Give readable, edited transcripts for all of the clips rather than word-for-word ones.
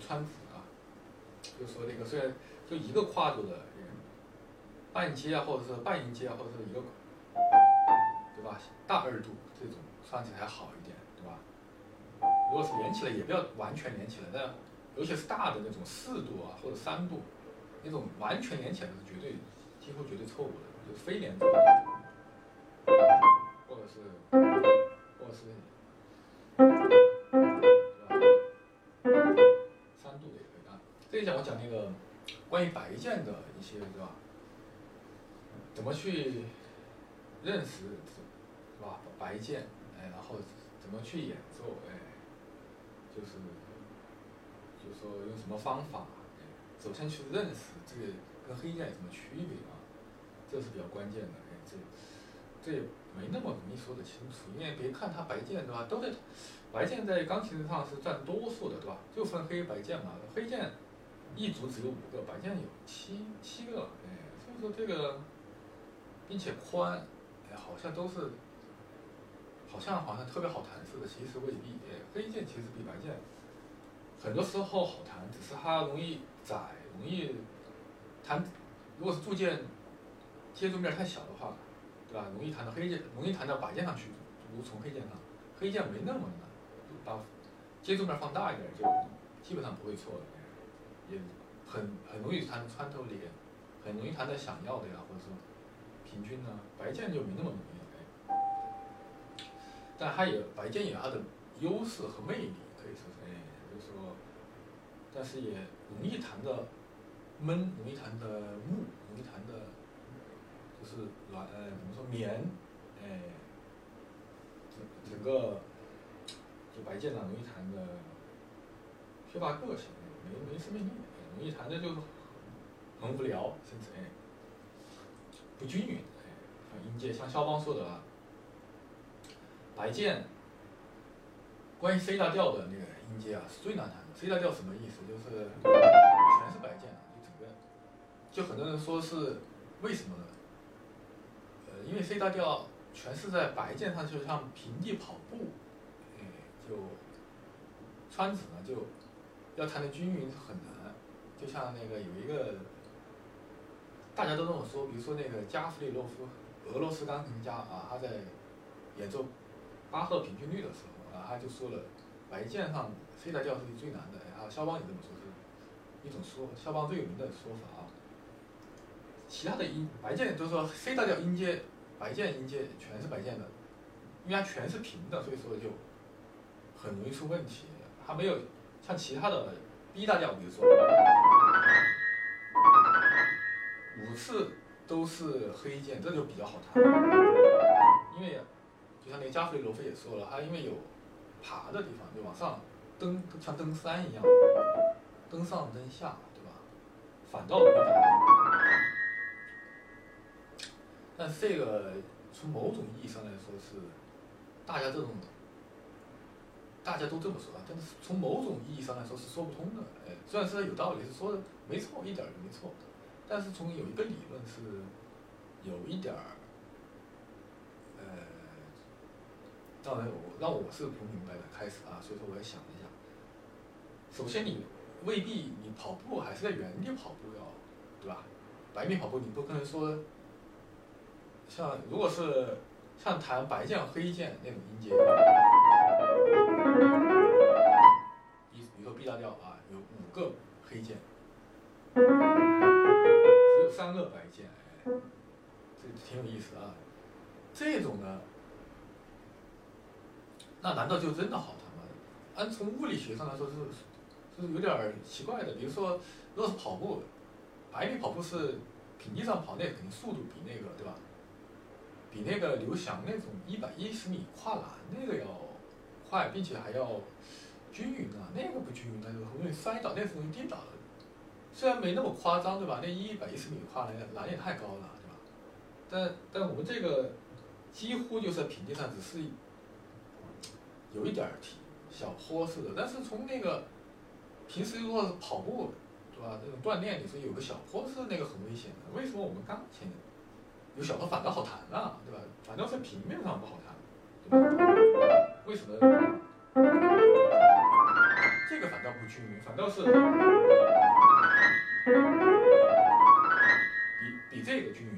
川子啊，就说那个虽然就一个跨度的半阶啊，或者是半音阶啊，或者是一个，对吧？大二度这种算起来还好一点，对吧？如果是连起来，也不要完全连起来，但尤其是大的那种4度啊或者3度，那种完全连起来是几乎绝对错误的，就是非连奏，或者是3度的也可以啊。这一讲我讲那个关于白键的一些，对吧？怎么去认识，是吧？白键，然后怎么去演奏，就是说用什么方法，首先去认识这个跟黑键有什么区别啊，这是比较关键的，这也没那么容易说得清楚，因为别看它白键，对吧？白键在钢琴上是占多数的，对吧？就分黑白键嘛，黑键一组只有5个，白键有七个，所以说这个，并且宽，好像特别好弹似的，其实未必，黑键其实比白键很多时候好弹，只是它容易窄，容易弹，如果是铸键接触面太小的话，对吧？容易弹到黑键，容易弹到白键上去，如从黑键上，黑键没那么难，把接触面放大一点就基本上不会错的，也很容易弹穿透力，很容易弹到想要的呀，或者说平均呢，白键就没那么容易，但白键有它的优势和魅力，可以说是，就是说，但是也容易弹的闷，容易弹的木，容易弹的就是软，怎么说绵，整个就白键上容易弹的缺乏个性，没生命力，容易弹的就很无聊，甚至不均匀，音阶像肖邦说的啊，白键关于 C 大调的那个音阶啊是最难弹的。C 大调什么意思？就是全是白键，就整个，就很多人说是为什么呢？因为 C 大调全是在白键上，就像平地跑步，就川子呢就要弹的均匀很难，就像那个有一个大家都这么说，比如说那个加弗里洛夫，俄罗斯钢琴家啊，他在演奏巴赫平均律的时候啊，他就说了，白键上 C 大调是最难的，肖邦也这么说，是一种肖邦最有名的说法啊。其他的白键就是说 C 大调音阶，白键音阶全是白键的，因为它全是平的，所以说就很容易出问题。它没有像其他的 B 大调，比如说5次都是黑键，这就比较好弹，因为就像那个加弗里罗夫也说了，它因为有爬的地方，就往上登，像登山一样，登上登下，对吧？反倒容易弹。但是这个从某种意义上来说是，大家都这么说啊，但是从某种意义上来说是说不通的。虽然是有道理，是说的没错，一点也没错，但是从有一个理论是有一点儿，让我是不明白的开始啊，所以说我也想了一下。首先你未必你跑步还是在原地跑步要，对吧？白面跑步你不可能说，如果是像弹白键黑键那种音阶，比如说 B 大调啊，有5个黑键，只有3个白键，这挺有意思啊。这种呢，那难道就真的好弹吗？按从物理学上来说是有点奇怪的。比如说，如果是跑步，白米跑步是平地上跑，那肯定速度比那个，对吧？比那个刘翔那种110米跨栏那个要快，并且还要均匀啊。那个不均匀，那就很容易摔倒，那是容易跌倒的。虽然没那么夸张，对吧？那110米跨栏也太高了，对吧？但我们这个几乎就是在平地上，只是有一点小坡似的。但是从那个平时如果是跑步，对吧？这种锻炼，你说有个小坡是那个很危险的。为什么我们钢琴有小坡反倒好弹啊，对吧？反倒在平面上不好弹，对吧？为什么？这这个反倒不均匀，反倒是比这个均匀，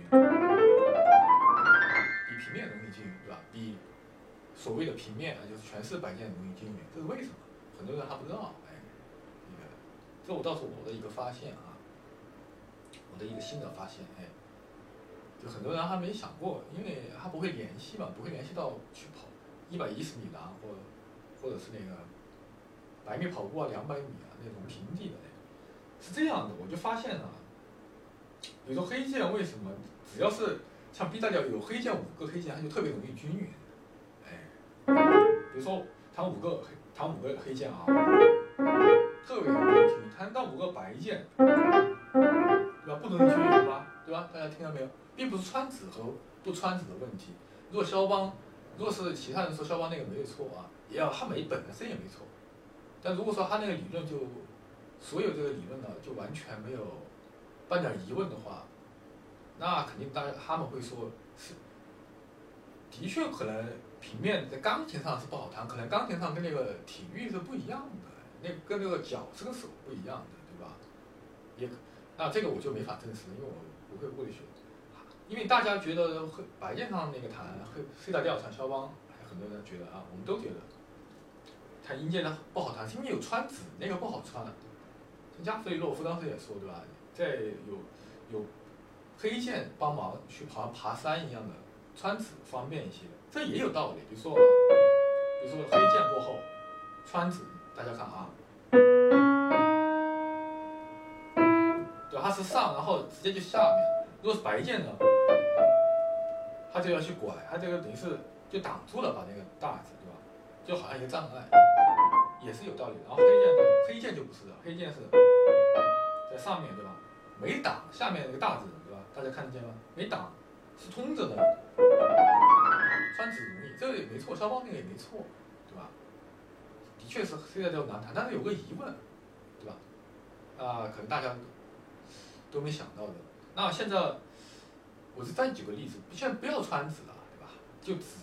比平面容易均匀，对吧？比所谓的平面啊，就是全是摆件容易均匀，这是为什么？很多人还不知道，这我倒是我的一个发现啊，我的一个新的发现，就很多人还没想过，因为他不会联系嘛，不会联系到去跑110米栏或者是那个100米跑步啊、200米啊那种平地的那个，是这样的，我就发现啊，比如说黑键为什么只要是像 B 大调有黑键5个黑键，它就特别容易均匀，比如说弹五个黑键啊，特别容易均匀，弹到5个白键，对吧？不能均匀吧，对吧？大家听到没有？并不是穿指和不穿指的问题。如果是其他人说肖邦那个没有错啊，也要他本身也没错。但如果说他那个理论所有这个理论呢，就完全没有半点疑问的话，那肯定他们会说是，的确可能平面在钢琴上是不好弹，可能钢琴上跟那个体育是不一样的，跟那个脚是个手不一样的，对吧？那这个我就没法证实，因为我不会物理学。因为大家觉得白键上那个弹C 大调弹肖邦，很多人觉得啊，我们都觉得弹阴键的不好弹，是因为有穿指那个不好穿。像加弗里洛夫当时也说，对吧？在有黑键帮忙去爬山一样的穿指方便一些，这也有道理。比如说黑键过后穿指，大家看啊，对，它是上，然后直接就下面。如果是白键呢，它就要去拐，它这个等于是就挡住了，把那个大字，对吧？就好像一个障碍，也是有道理的。然后黑键就不是了，黑键是在上面，对吧？没挡下面那个大字，对吧？大家看得见吗？没挡，是通着的，穿指容易，这个也没错，肖邦那个也没错，对吧？的确是C大调难弹，但是有个疑问，对吧？可能大家都没想到的。那现在我再举个例子，现在不要穿指了，对吧？就只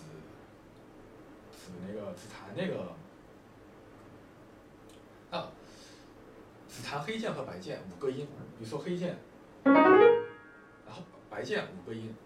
弹那个只弹黑键和白键5个音，比如说黑键，然后白键5个音，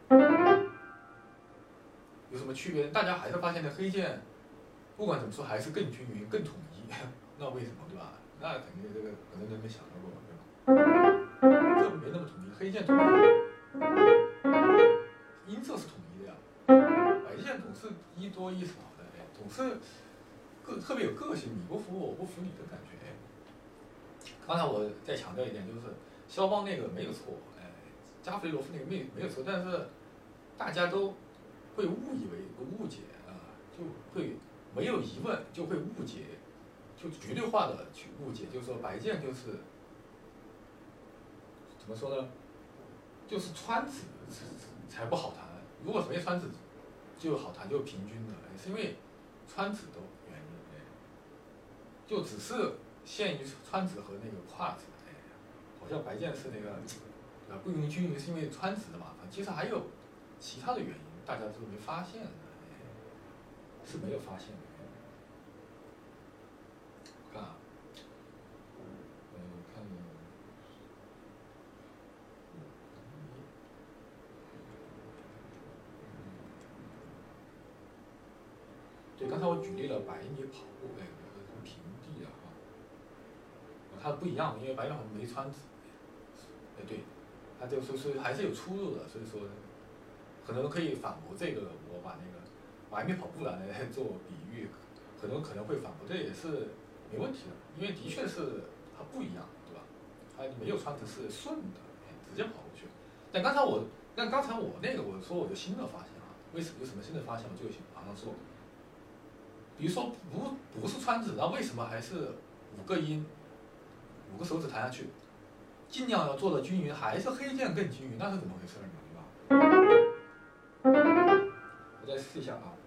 有什么区别？大家还是发现呢，黑键不管怎么说还是更均匀、更统一，那为什么，对吧？那肯定这个可能人没想到过，对吧？这没那么统一，黑键统一，音色是统一的呀，白键总是一多一少的，总是特别有个性，你不服我不服你的感觉。刚才我再强调一点，就是肖邦那个没有错，加弗里罗夫那个没有错，但是大家都会误以为误解啊，就会没有疑问就会误解，就绝对化的去误解，就是说白键就是怎么说呢？就是穿指才不好弹，如果没穿指就好弹，就平均的，是因为穿指的原因，就只是限于穿指和那个跨指，好像白键是那个不容易均匀，是因为穿指的麻烦，其实还有其他的原因，大家都没发现的，是没有发现的。看啊，看。对，刚才我举例了100米跑步那个平地的哈，它不一样，因为100米跑步没穿指，对，它就是还是有出入的，所以说可能可以反驳这个，我把那个100米跑步来做比喻，可能会反驳，这也是没问题的，因为的确是它不一样，对吧？它没有穿指是顺的，直接跑过去。但刚才我那个我说我有新的发现啊，有什么新的发现，我就马上说。比如说不是穿指，那为什么还是5个音，5个手指弹下去，尽量要做的均匀，还是黑键更均匀，那是怎么回事呢？对吧？我再试一下啊。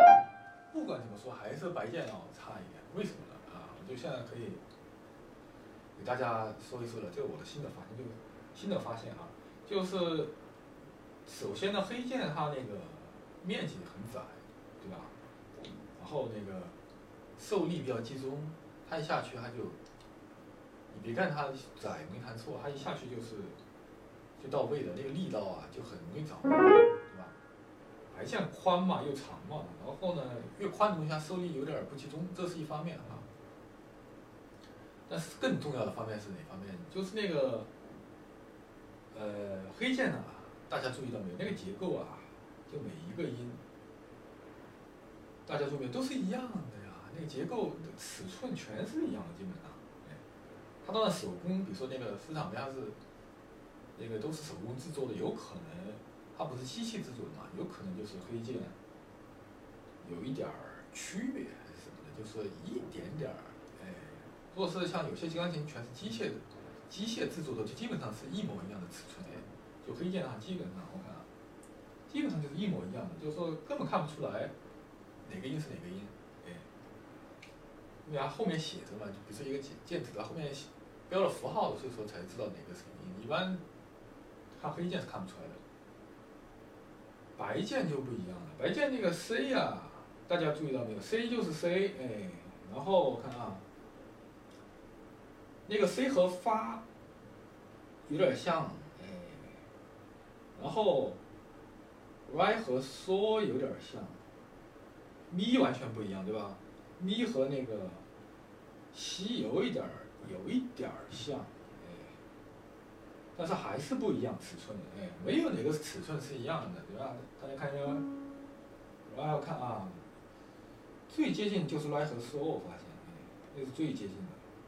不管怎么说，还是白键要差一点，为什么呢？我就现在可以大家说一说了，这是我的新的发现啊，就是首先呢，黑键它那个面积很窄，对吧？然后那个受力比较集中，它一下去它就，你别看它窄容易弹错，它一下去就到位的，那个力道啊就很容易掌握，对吧？白键宽嘛又长嘛，然后呢越宽的东西它受力有点不集中，这是一方面啊。但是更重要的方面是哪方面？就是那个黑键啊，大家注意到没有？那个结构啊，就每一个音，大家注意没有？都是一样的呀，那个结构尺寸全是一样的，基本上。它当然手工，比如说那个市场上是那个都是手工制作的，有可能它不是机器制作的嘛，有可能就是黑键有一点区别还是什么的，就说一点点儿。如果是像有些金钢琴全是机械制作的，就基本上是一模一样的尺寸，就黑键上基本上我看啊，基本上就是一模一样的，就是说根本看不出来哪个音是哪个音，因为它后面写着嘛，就比如说一个键子，它后面标了符号的，所以说才知道哪个是什么音。一般看黑键是看不出来的。白键就不一样了，白键那个 C 啊，大家注意到没有 ？C 就是 C， 然后我看啊。那个 C 和发有点像，然后 Y 和嗦有点像，咪完全不一样，对吧？咪和那个西有一点像，但是还是不一样尺寸，没有哪个尺寸是一样的，对吧？大家看一下，然后看啊，最接近就是 Y 和嗦，我发现，那是最接近的。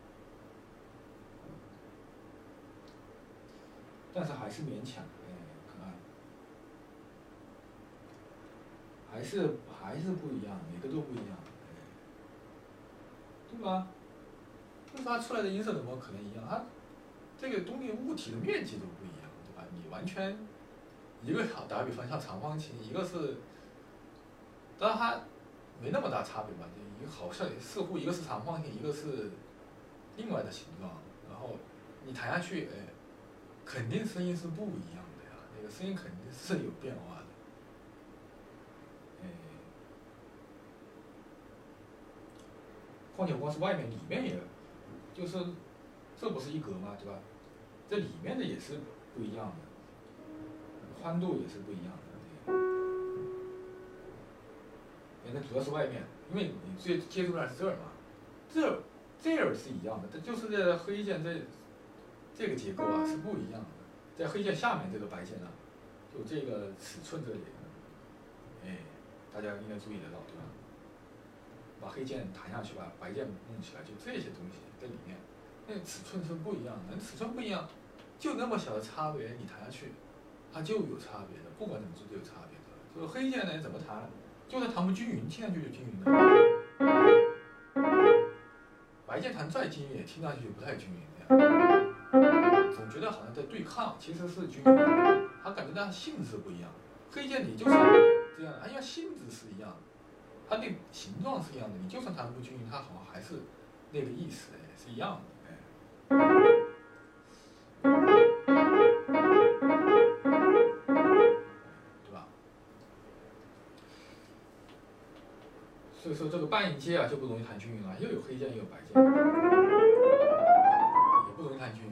但是还是勉强，看，还是不一样，每个都不一样，对吧？就是它出来的音色怎么可能一样？它这个东西物体的面积都不一样，对吧？你完全一个打个比方，像长方形，一个是，当然它没那么大差别吧，就一个好像似乎一个是长方形，一个是另外的形状，然后你弹下去，肯定声音是不一样的呀，那个声音肯定是有变化的，况且光是外面，里面也，就是这不是一格吗？对吧？这里面的也是不一样的，宽度也是不一样的。那主要是外面，因为你最接触的是这儿嘛，这儿是一样的，它就是这黑键这个结构啊是不一样的，在黑键下面这个白键啊，就这个尺寸这里，大家应该注意得到，对吧？把黑键弹下去，把白键弄起来，就这些东西在里面，那个尺寸是不一样的，尺寸不一样，就那么小的差别，你弹下去，它就有差别的，不管怎么做就有差别的。就是黑键呢怎么弹，就算弹不均匀，听上去就均匀的。白键弹再均匀，也听上去就不太均匀的，总觉得好像在对抗，其实是均匀的，它感觉它性质不一样。黑键你就是这样，因为性质是一样的。它那个形状是一样的，你就算弹不均匀，它好像还是那个意思，是一样的，对吧？所以说这个半音阶啊就不容易弹均匀了，又有黑键又有白键，也不容易弹均匀，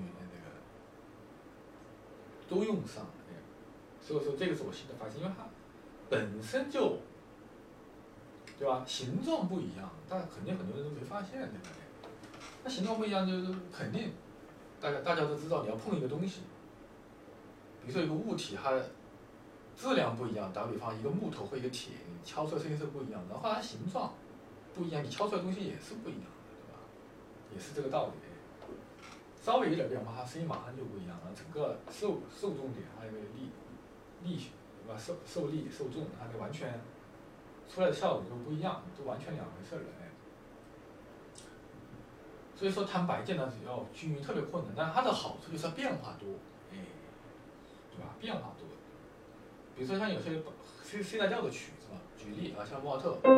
这个都用上，所以说这个是我新的发现，因为它本身就。对吧？形状不一样，但肯定很多人都没发现，对不对？那形状不一样，就是肯定，大家都知道，你要碰一个东西，比如说一个物体，它质量不一样，打个比方，一个木头和一个铁，你敲出来声音是不一样的，然后它形状不一样，你敲出来的东西也是不一样的，对吧？也是这个道理。稍微有点变化，它声音马上就不一样了，整个受重点还有那个力学，对吧？受力受重，它就完全。出来的效果就不一样，都完全两回事了，所以说弹白键呢，只要均匀特别困难，但是它的好处就是它变化多，对吧？变化多。比如说像有些 C 大调的曲子嘛，举例啊，像莫扎特。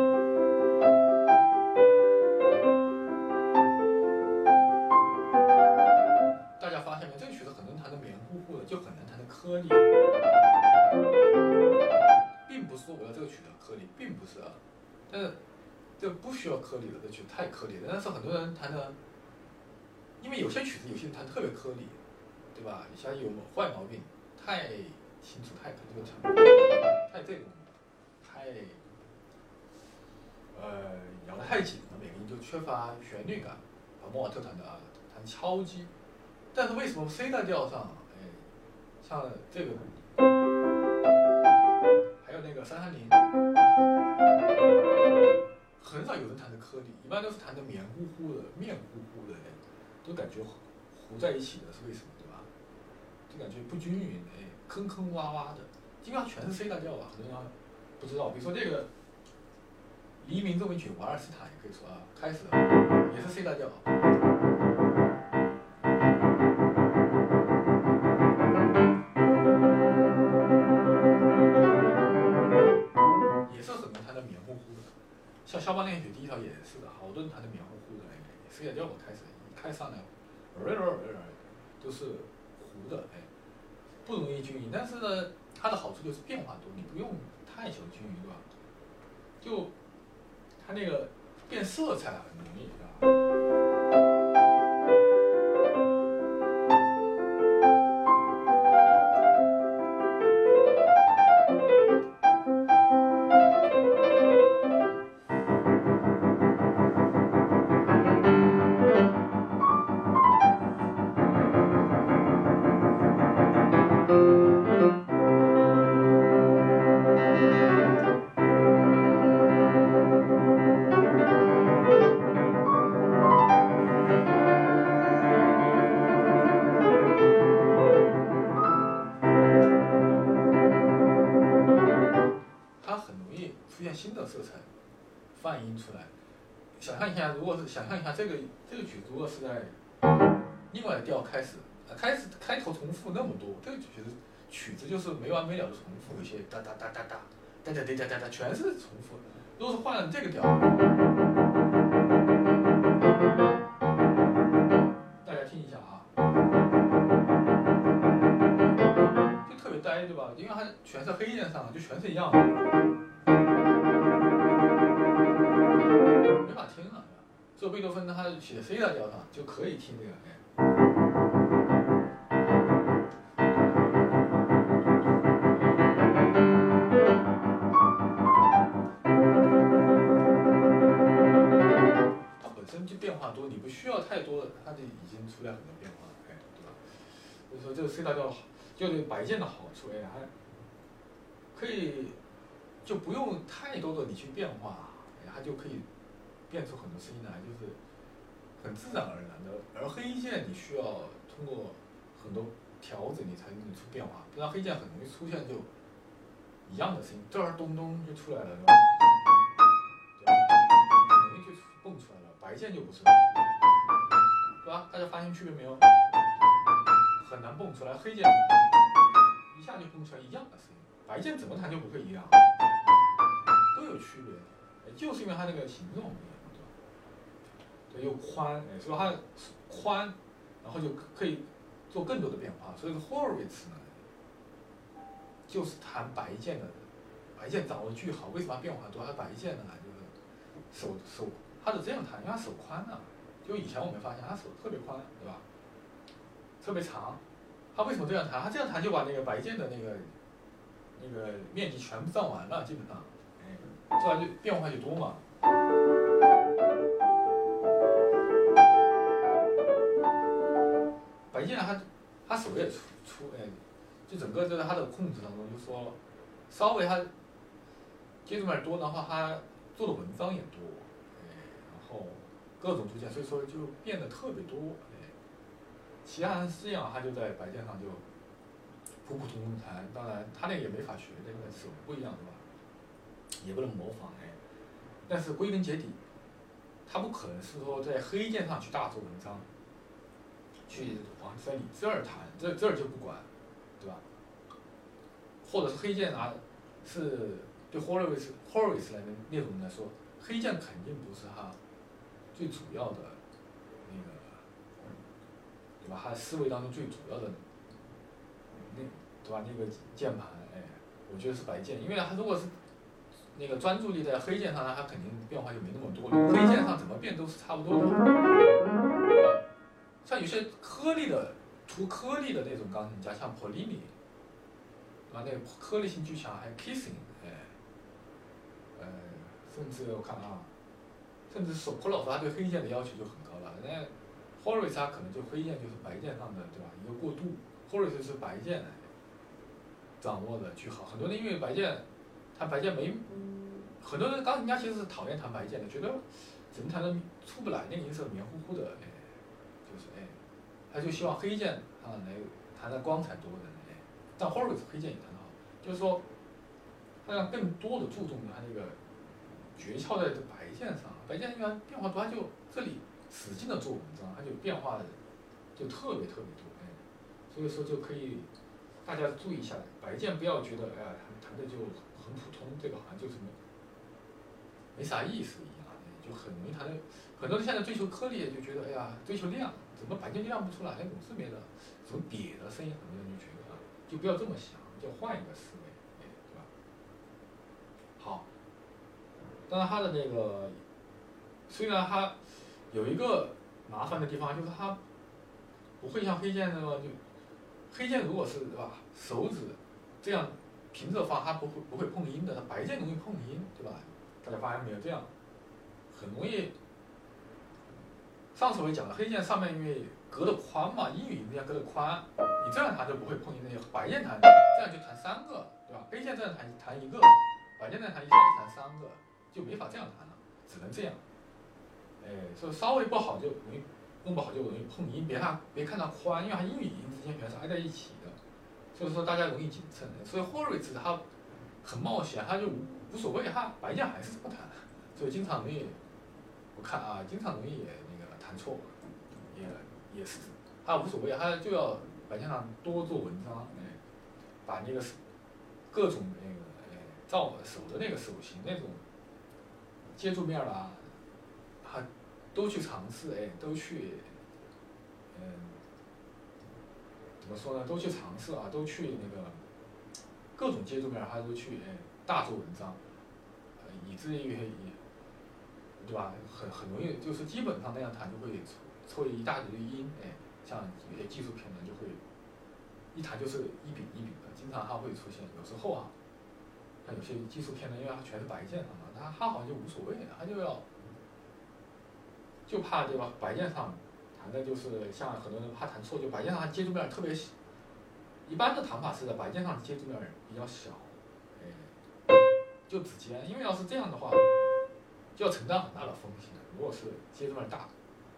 颗粒，并不是说我要这个曲子颗粒，并不是啊，但是这不需要颗粒的，这曲子太颗粒了。但是很多人弹的，因为有些曲子有些人弹特别颗粒，对吧？像有坏毛病，太清楚，太这个程度，太这种，太咬得太紧了，每个音就缺乏旋律感，把莫瓦特弹的弹敲击。但是为什么 C 大调上，像这个，还有那个330，很少有人弹的颗粒，一般都是弹的黏糊糊的、面糊糊的，都感觉糊在一起的，是为什么，对吧？就感觉不均匀，坑坑洼洼的，基本上全是 C 大调啊，很多人不知道。比如说这个黎明奏鸣曲，瓦尔斯坦也可以说啊，开始也是 C 大调。也是很多弹的黏糊糊的，像肖邦练习曲第一条也是的，好多人弹的黏糊糊的，C 大调我开始一开上来，都是糊的，不容易均匀。但是呢，它的好处就是变化多，你不用太求均匀，对吧？就它那个变色彩很容易，对吧？出现新的色彩泛音出来。想象一下，如果是想象一下这个曲子，如果是在另外的调开头重复那么多，这个曲子就是没完没了的重复，有些哒哒哒哒哒哒哒哒哒哒，全是重复。如果是换了这个调，大家听一下啊，就特别呆，对吧？因为它全是黑键上，就全是一样的。没法听了，只有贝多芬他写 C 大调上就可以听这个，它本身就变化多，你不需要太多的，它就已经出来很多变化了，对吧？所以说这个 C 大调就是白键的好处，还可以就不用太多的你去变化，它就可以变出很多声音来，就是很自然而然的。而黑键你需要通过很多调整你才能出变化，不然黑键很容易出现就一样的声音，这儿咚咚就出来了，对吧？很容易就蹦出来了。白键就不是，对吧？大家发现区别没有？很难蹦出来，黑键一下就蹦出来一样的声音，白键怎么弹就不会一样，都有区别，就是因为它那个形状不一样，对吧？对，又宽，所以它宽，然后就可以做更多的变化。所以说 Horowitz 呢，就是弹白键的，白键掌握巨好。为什么它变化多？它白键呢，就是手，它是这样弹，因为它手宽啊。就以前我们发现它手特别宽，对吧？特别长。它为什么这样弹？它这样弹就把那个白键的那个面积全部占完了，基本上，这样就变化就多嘛。白键它手也粗，就整个在它的控制当中，就说稍微它接触面多的话，它做的文章也多，然后各种组件，所以说就变得特别多，其他人是这样，他就在白键上就普普通通弹，当然他那个也没法学，那个手不一样，对吧？也不能模仿，但是归根结底，他不可能是说在黑键上去大做文章，去在你这儿弹，这儿就不管，对吧？或者是黑键啊，是对 Horowitz 来的那种人来说，黑键肯定不是他最主要的那个，对吧？他思维当中最主要的对吧？那个键盘，哎，我觉得是白键，因为它如果是那个专注力在黑键上，它肯定变化就没那么多了。黑键上怎么变都是差不多的。像有些颗粒的涂颗粒的那种钢琴家，像 Polini， 啊，那个颗粒性巨强，还有 Kissing， 甚至我看啊，甚至 Sokolov 他对黑键的要求就很高了。那 Horowitz 他可能就黑键就是白键上的，对吧？一个过渡。Horowitz 是白键掌握的巨好，很多人因为白键，弹白键没，很多人钢琴家其实是讨厌弹白键的，觉得怎么弹都出不来，那个音色黏糊糊的，就是他就希望黑键啊来弹的光彩多的，但 Horowitz 黑键也弹得好，就是说，他要更多的注重他那个诀窍在这白键上，白键一般变化多，他就这里使劲的做文章，它就变化的就特别多，所以说就可以大家注意一下，白键不要觉得弹的就很普通，这个好像就是没啥意思一样，就很容易弹的。很多人现在追求颗粒，就觉得追求亮，怎么白键亮不出来，总是没的什么瘪的声音，很多人就觉得就不要这么想，就换一个思维，对吧？好，当然它的那个虽然它有一个麻烦的地方，就是它不会像黑键那么就。黑键如果是对吧，手指这样平着放，它不会碰音的。它白键容易碰音，对吧？大家发现没有？这样很容易。上次我也讲了，黑键上面因为隔得宽嘛，英语音要隔得宽，你这样弹就不会碰音的。白键弹这样就弹3个，对吧？黑键这样弹1个，白键这样弹一下就弹3个，就没法这样弹了，只能这样。所以稍微不好就容易。弄不好就容易碰音，别看它宽，因为它英语音之间全是挨在一起的，所以说大家容易谨慎。所以 Horowitz 他很冒险，他就无所谓，他白键还是这么弹，所以经常容易，我看经常容易那个弹错，也是，他无所谓，他就要白键上多做文章，把那个各种那个照手的那个手型那种接触面啦，他。都去尝试，都去，怎么说呢？都去尝试都去那个各种接触面，他都去大做文章，以至于对吧？很容易，就是基本上那样弹就会抽一大堆音，像有些技术片呢就会一弹就是1比1比的，经常它会出现。有时候像有些技术片呢，因为它全是白键上的，它好像就无所谓，它就怕对吧？白键上弹的就是像很多人怕弹错，就白键上它接触面特别小。一般的弹法是在白键上接触面比较小，就指尖，因为要是这样的话，就要承担很大的风险。如果是接触面大，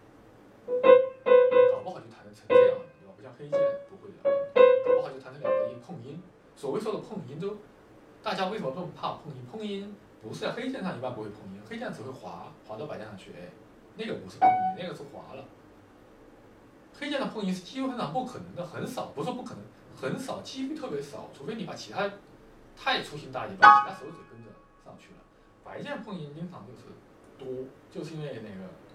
搞不好就弹得成这样的，对吧？不像黑键不会的，搞不好就弹成2个音碰音。所谓说的碰音大家为什么这么怕碰音？碰音不是在黑键上一般不会碰音，黑键只会滑到白键上去，那个不是碰音，那个是滑了。黑键上碰音是基本上不可能的，很少，不是说不可能，很少，几率特别少，除非你把其他太粗心大意，把其他手指跟着上去了。白键碰音经常就是多，就是因为那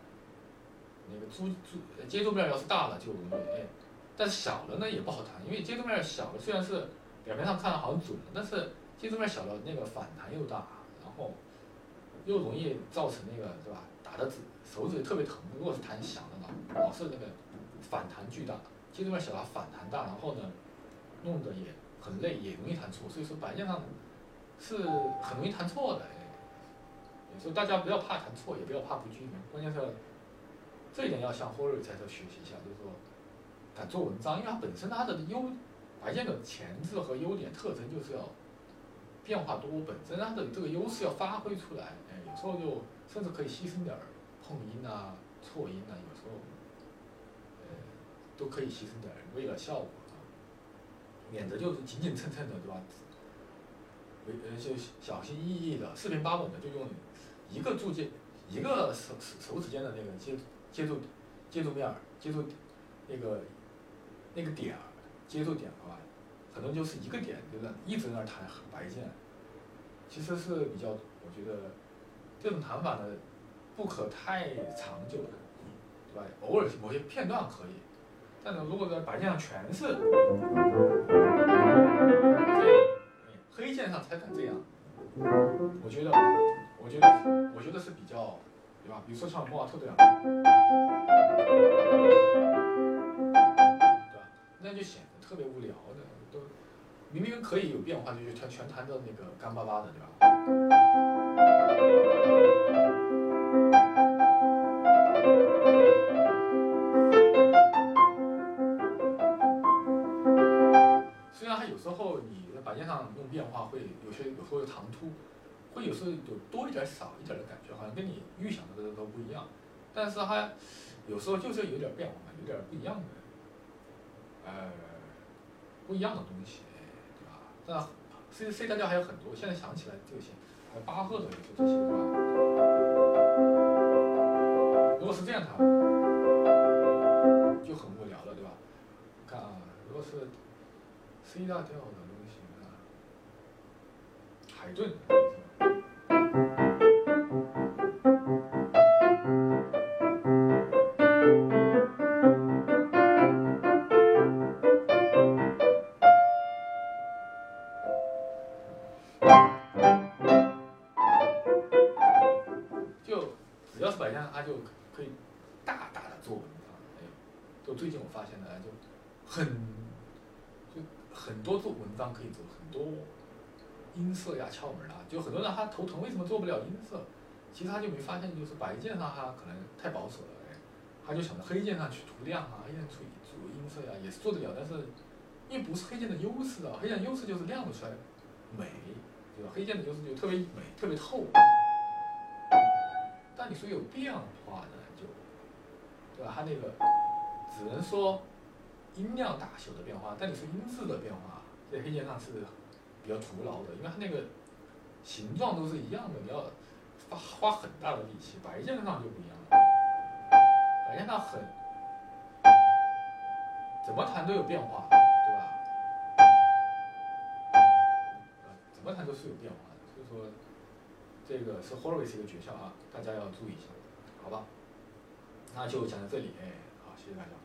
个接触面要是大了就容易但是小了呢也不好弹，因为接触面小了虽然是表面上看好像准了，但是接触面小了那个反弹又大，然后又容易造成那个对吧？打的手指特别疼。如果是弹响的老是那个反弹巨大，接触面小了反弹大，然后呢弄得也很累，也容易弹错。所以说白键上是很容易弹错的，所以大家不要怕弹错，也不要怕不均匀，关键是这一点要向Horowitz在这学习一下，就是说敢做文章，因为它本身它的白键的前置和优点特征就是要变化多，本身它的这个优势要发挥出来，有时候就甚至可以牺牲点碰音错音有时候都可以牺牲点为了效果免得就是紧紧蹭蹭的，对吧？就小心翼翼的、四平八稳的，就用一个手指间的那个接触面接触那个点接触点可能就是一个点，就是一直在那儿弹白键，其实是比较，我觉得这种弹法呢不可太长久的，对吧？偶尔某些片段可以， 但是如果在白键上全是这样，黑键上才敢这样，我觉得是比较，对吧？比如说像莫瓦特这样，对吧？那就显得特别无聊的，都明明可以有变化，就是全弹的那个干巴巴的，对吧？虽然它有时候你在白键上用变化会有时候有唐突，会有时候有多一点少一点的感觉，好像跟你预想的都不一样，但是它有时候就是有点变化，有点不一样的，不一样的东西，对吧？那 C 大调还有很多，现在想起来这些，还有巴赫的也是这些，对吧？如果是这样弹，就很无聊了，对吧？看啊，如果是 C 大调的东西啊，海顿。就只要是白键，它就可以大大的做文章。就最近我发现的，就很多做文章可以做很多音色呀、窍门啊，就很多人他头疼为什么做不了音色，其实他就没发现，就是白键上他可能太保守了，他就想着黑键上去涂亮啊，黑键处音色呀也是做得了，但是因为不是黑键的优势啊，黑键的优势就是亮得出来美，对吧？黑键的优势就特别美、特别透。但你说有变化呢，就，对吧？它那个只能说音量大小的变化，但你说音质的变化，在黑键上是比较徒劳的，因为它那个形状都是一样的，你要花很大的力气。白键上就不一样了，白键上怎么弹都有变化，对吧？怎么弹都是有变化的，所以说这个是 Horowitz 一个诀窍啊，大家要注意一下，好吧？那就讲到这里，好，谢谢大家。